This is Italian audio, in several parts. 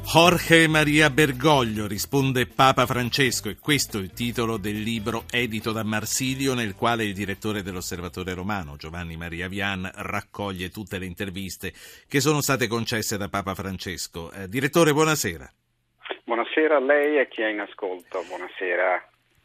Jorge Maria Bergoglio, risponde Papa Francesco, e questo è il titolo del libro edito da Marsilio, nel quale il direttore dell'Osservatore Romano, Giovanni Maria Vian, raccoglie tutte le interviste che sono state concesse da Papa Francesco. Direttore, buonasera. Buonasera a lei e a chi è in ascolto, buonasera.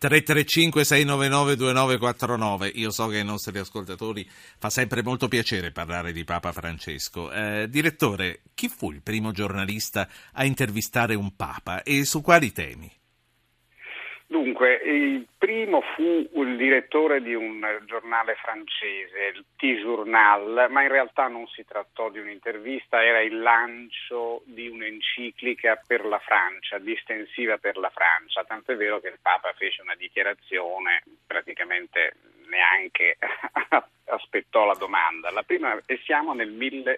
335-699-2949. Io so che ai nostri ascoltatori fa sempre molto piacere parlare di Papa Francesco. Direttore, chi fu il primo giornalista a intervistare un Papa e su quali temi? Dunque, il primo fu il direttore di un giornale francese, il T-Journal, ma in realtà non si trattò di un'intervista, era il lancio di un'enciclica per la Francia, distensiva per la Francia, tant'è vero che il Papa fece una dichiarazione, praticamente neanche aspettò la domanda. La prima, e siamo nel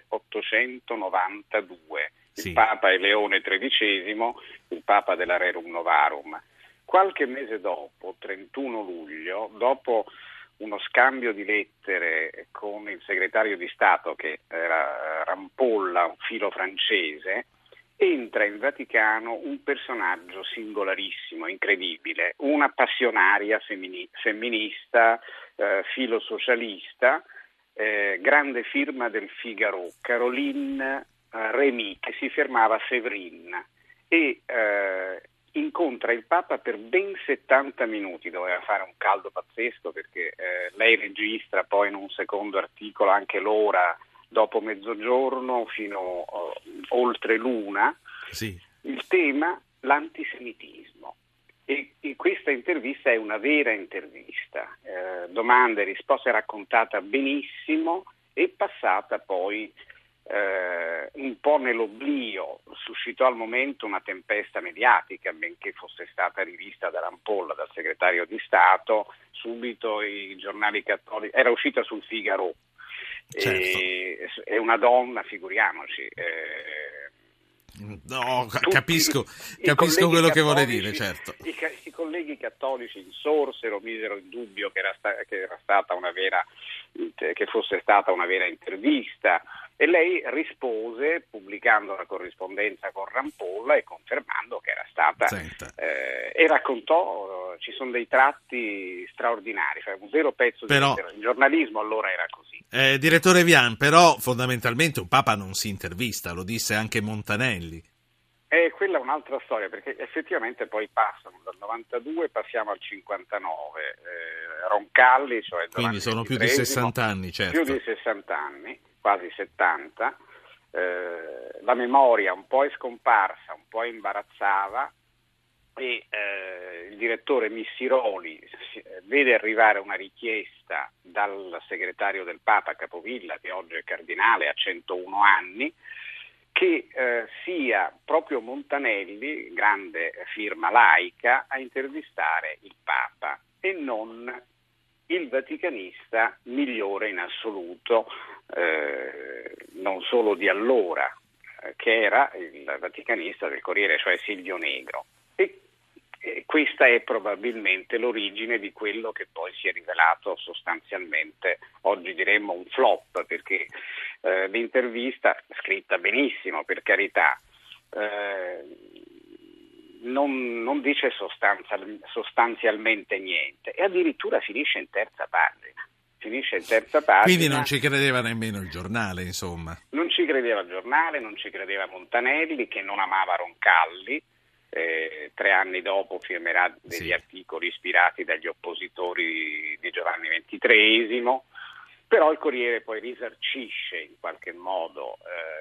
1892, Sì. Il Papa è Leone XIII, il Papa della Rerum Novarum. Qualche mese dopo, 31 luglio, dopo uno scambio di lettere con il segretario di Stato, che era Rampolla, un filo francese, entra in Vaticano un personaggio singolarissimo, incredibile, una passionaria femminista, filo socialista, grande firma del Figaro, Caroline Remy, che si fermava a Séverine, e incontra il Papa per ben 70 minuti, doveva fare un caldo pazzesco perché lei registra poi in un secondo articolo anche l'ora dopo mezzogiorno fino oltre l'una. Sì. Il tema, l'antisemitismo, e questa intervista è una vera intervista, domande e risposte raccontata benissimo e passata poi un po' nell'oblio. Suscitò al momento una tempesta mediatica, benché fosse stata rivista da Rampolla, dal segretario di Stato. Subito i giornali cattolici, era uscita sul Figaro, Certo. è una donna, figuriamoci. No, capisco quello che vuole dire, certo. I colleghi cattolici insorsero, misero in dubbio che fosse stata una vera intervista, e lei rispose pubblicando la corrispondenza con Rampolla e confermando che era stata, e raccontò, ci sono dei tratti straordinari, cioè un vero pezzo di il giornalismo allora era così. Direttore Vian, però fondamentalmente un Papa non si intervista, lo disse anche Montanelli. Quella è un'altra storia, perché effettivamente poi passano dal 92, passiamo al 59, Roncalli, cioè quindi sono più di 60 anni, certo. Più di 60 anni, quasi 70, la memoria un po' è scomparsa, un po' imbarazzava, e il direttore Missiroli vede arrivare una richiesta dal segretario del Papa Capovilla, che oggi è cardinale, ha 101 anni, che sia proprio Montanelli, grande firma laica, a intervistare il Papa e non il vaticanista migliore in assoluto, non solo di allora, che era il vaticanista del Corriere, cioè Silvio Negro. E questa è probabilmente l'origine di quello che poi si è rivelato sostanzialmente, oggi diremmo un flop, perché l'intervista, scritta benissimo per carità, non dice sostanzialmente niente, e addirittura finisce in terza pagina. Quindi non ci credeva nemmeno il giornale, insomma. Non ci credeva il giornale, non ci credeva Montanelli, che non amava Roncalli. 3 anni dopo firmerà degli articoli ispirati dagli oppositori di Giovanni XXIII, però il Corriere poi risarcisce in qualche modo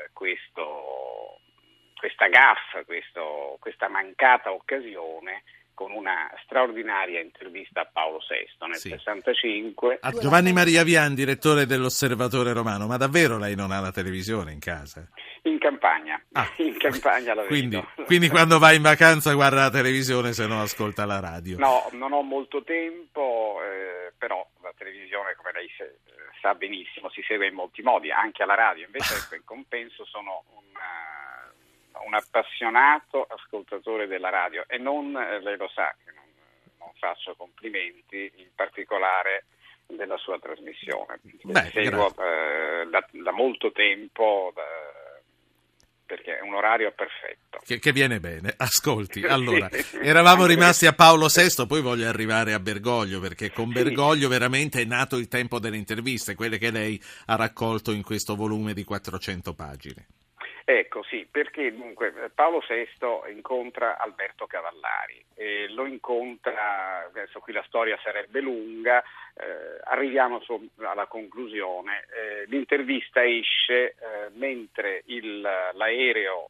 questa gaffe, questa mancata occasione, con una straordinaria intervista a Paolo VI nel 65. A Giovanni Maria Vian, direttore dell'Osservatore Romano, ma davvero lei non ha la televisione in casa? In campagna, in campagna la vedo. Quindi quando va in vacanza guarda la televisione, se no ascolta la radio. No, non ho molto tempo, però la televisione, come lei sa benissimo, si segue in molti modi, anche alla radio. Invece in compenso sono un appassionato ascoltatore della radio, e lei lo sa che non faccio complimenti, in particolare della sua trasmissione. Seguo da molto tempo, perché è un orario perfetto. Che viene bene. Ascolti, allora, eravamo rimasti a Paolo VI, poi voglio arrivare a Bergoglio, perché con Bergoglio veramente è nato il tempo delle interviste, quelle che lei ha raccolto in questo volume di 400 pagine. Ecco, sì, perché dunque Paolo VI incontra Alberto Cavallari, lo incontra, adesso qui la storia sarebbe lunga, arriviamo alla conclusione. L'intervista esce mentre l'aereo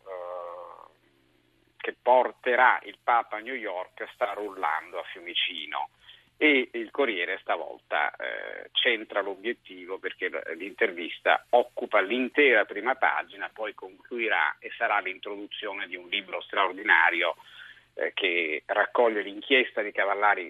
che porterà il Papa a New York sta rullando a Fiumicino. E il Corriere stavolta centra l'obiettivo, perché l'intervista occupa l'intera prima pagina, poi concluderà e sarà l'introduzione di un libro straordinario che raccoglie l'inchiesta di Cavallari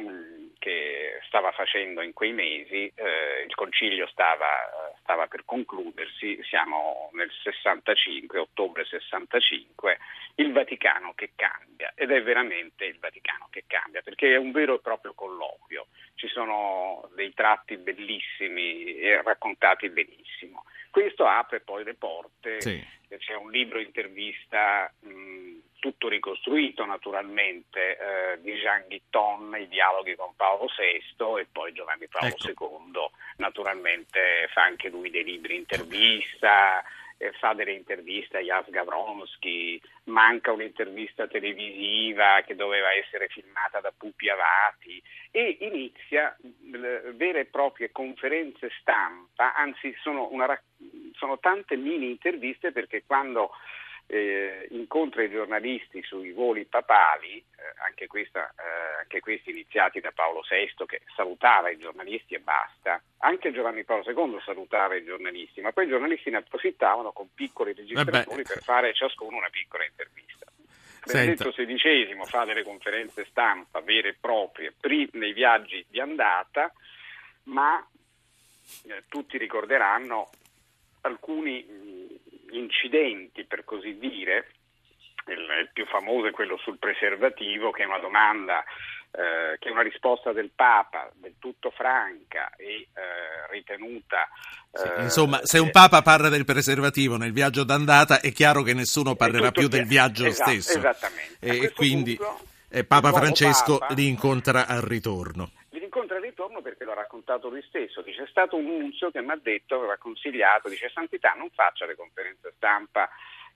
che stava facendo in quei mesi. Il concilio stava per concludersi, siamo nel 65, ottobre 65, il Vaticano che cambia, ed è veramente il Vaticano che cambia, perché è un vero e proprio colloquio, ci sono dei tratti bellissimi e raccontati benissimo. Questo apre poi le porte, sì. C'è un libro intervista tutto ricostruito naturalmente di Jean Guitton, i dialoghi con Paolo VI, e poi Giovanni Paolo II naturalmente fa anche lui dei libri intervista, fa delle interviste a Jas Gavronsky, manca un'intervista televisiva che doveva essere filmata da Pupi Avati, e inizia vere e proprie conferenze stampa, anzi sono tante mini interviste, perché quando incontra i giornalisti sui voli papali, anche questi iniziati da Paolo VI, che salutava i giornalisti e basta, anche Giovanni Paolo II salutava i giornalisti, ma poi i giornalisti ne approfittavano con piccoli registratori per fare ciascuno una piccola intervista. Benedetto XVI fa delle conferenze stampa vere e proprie nei viaggi di andata, ma tutti ricorderanno alcuni incidenti, per così dire. Il più famoso è quello sul preservativo, che è una domanda, che è una risposta del Papa del tutto franca e ritenuta. Insomma, se un Papa parla del preservativo nel viaggio d'andata, è chiaro che nessuno parlerà più del viaggio stesso. Esattamente. E quindi Papa Francesco li incontra al ritorno. Perché lo ha raccontato lui stesso, dice: è stato un nunzio che mi ha detto, aveva consigliato, dice: Santità, non faccia le conferenze stampa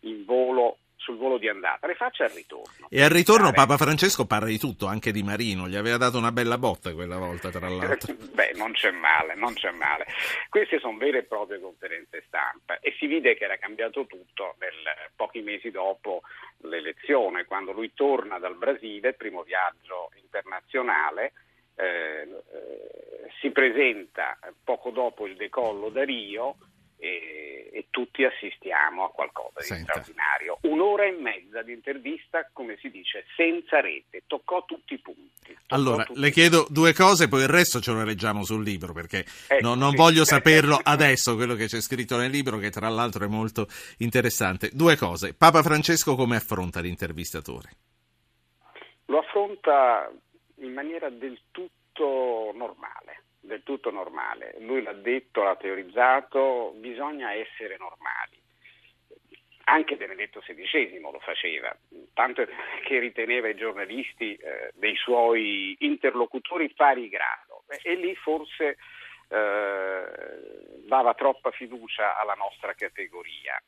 sul volo di andata, le faccia al ritorno. E al ritorno Papa Francesco parla di tutto, anche di Marino, gli aveva dato una bella botta quella volta, tra l'altro. Non c'è male. Queste sono vere e proprie conferenze stampa, e si vide che era cambiato tutto pochi mesi dopo l'elezione, quando lui torna dal Brasile, primo viaggio internazionale. Si presenta poco dopo il decollo da Rio e tutti assistiamo a qualcosa di straordinario. Un'ora e mezza di intervista, come si dice, senza rete, toccò tutti i punti. Allora, le chiedo due cose, poi il resto ce lo leggiamo sul libro, perché non voglio saperlo adesso, quello che c'è scritto nel libro, che tra l'altro è molto interessante. Due cose: Papa Francesco come affronta l'intervistatore? Lo affronta in maniera del tutto normale. Lui l'ha detto, l'ha teorizzato, bisogna essere normali. Anche Benedetto XVI lo faceva, tanto che riteneva i giornalisti dei suoi interlocutori pari grado, e lì forse dava troppa fiducia alla nostra categoria.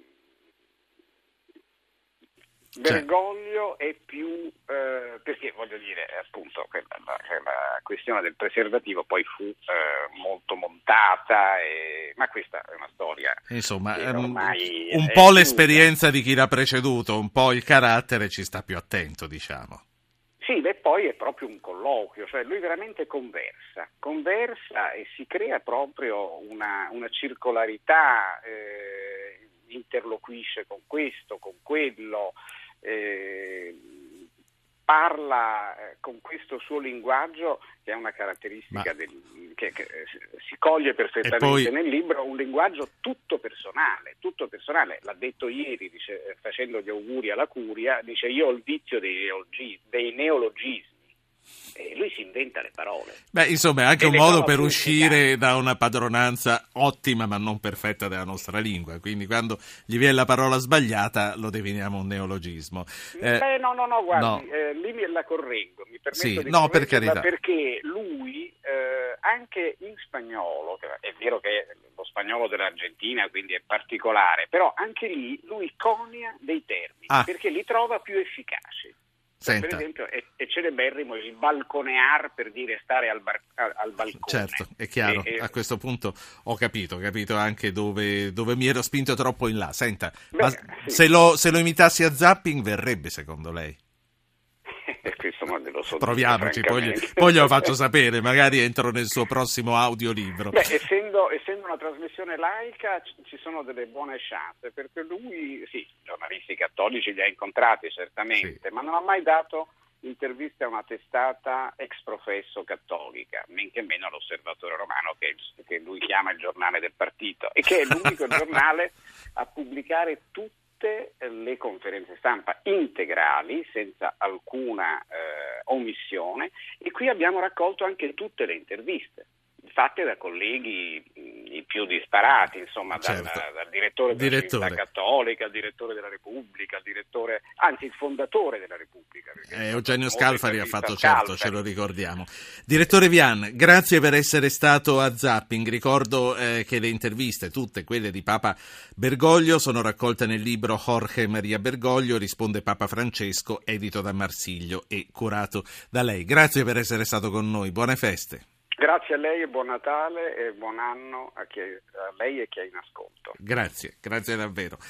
Bergoglio è più perché, voglio dire, appunto la questione del preservativo poi fu molto montata, ma questa è una storia, insomma, ormai un po' l'esperienza di chi l'ha preceduto, un po' il carattere ci sta più attento, diciamo. Sì, e poi è proprio un colloquio, cioè lui veramente conversa e si crea proprio una circolarità, interloquisce con questo, con quello, parla con questo suo linguaggio, che è una caratteristica che si coglie perfettamente nel libro, un linguaggio tutto personale. L'ha detto ieri, dice, facendo gli auguri alla curia, dice: io ho il vizio dei neologismi. E lui si inventa le parole. Beh, insomma, è anche E un le modo trova per più uscire efficaci. da una padronanza ottima ma non perfetta della nostra lingua, quindi quando gli viene la parola sbagliata lo definiamo un neologismo. Beh, no, No, guardi, lì la correggo, mi permetto sì, di no, per correggerla carità. perché lui, anche in spagnolo, che è vero che lo spagnolo dell'Argentina quindi è particolare, però anche lì lui conia dei termini, Ah, perché li trova più efficaci. Per senta. esempio è celeberrimo il balconear per dire stare al balcone. Certo, è chiaro, a questo punto ho capito anche dove mi ero spinto troppo in là. Senta, ma Beh, sì. se lo imitassi a Zapping verrebbe secondo lei? Questo non glielo so dire, Proviamoci, francamente. poi glielo faccio sapere, magari entro nel suo prossimo audiolibro. Beh, essendo una trasmissione laica ci sono delle buone chance, perché lui, sì, giornalisti cattolici li ha incontrati certamente, Sì. ma non ha mai dato interviste a una testata ex professo cattolica, men che meno all'Osservatore Romano, che lui chiama il giornale del partito, e che è l'unico giornale a pubblicare tutte le conferenze stampa integrali, senza alcuna omissione, e qui abbiamo raccolto anche tutte le interviste fatte da colleghi i più disparati, insomma, Certo. dal direttore della Civiltà Cattolica, al direttore della Repubblica, il fondatore della Repubblica. Eugenio Scalfari ha fatto, certo, ce lo ricordiamo. Direttore Vian, grazie per essere stato a Zapping. Ricordo che le interviste, tutte quelle di Papa Bergoglio, sono raccolte nel libro Jorge Maria Bergoglio, risponde Papa Francesco, edito da Marsilio e curato da lei. Grazie per essere stato con noi, buone feste. Grazie a lei e buon Natale e buon anno a lei e chi è in ascolto. Grazie davvero.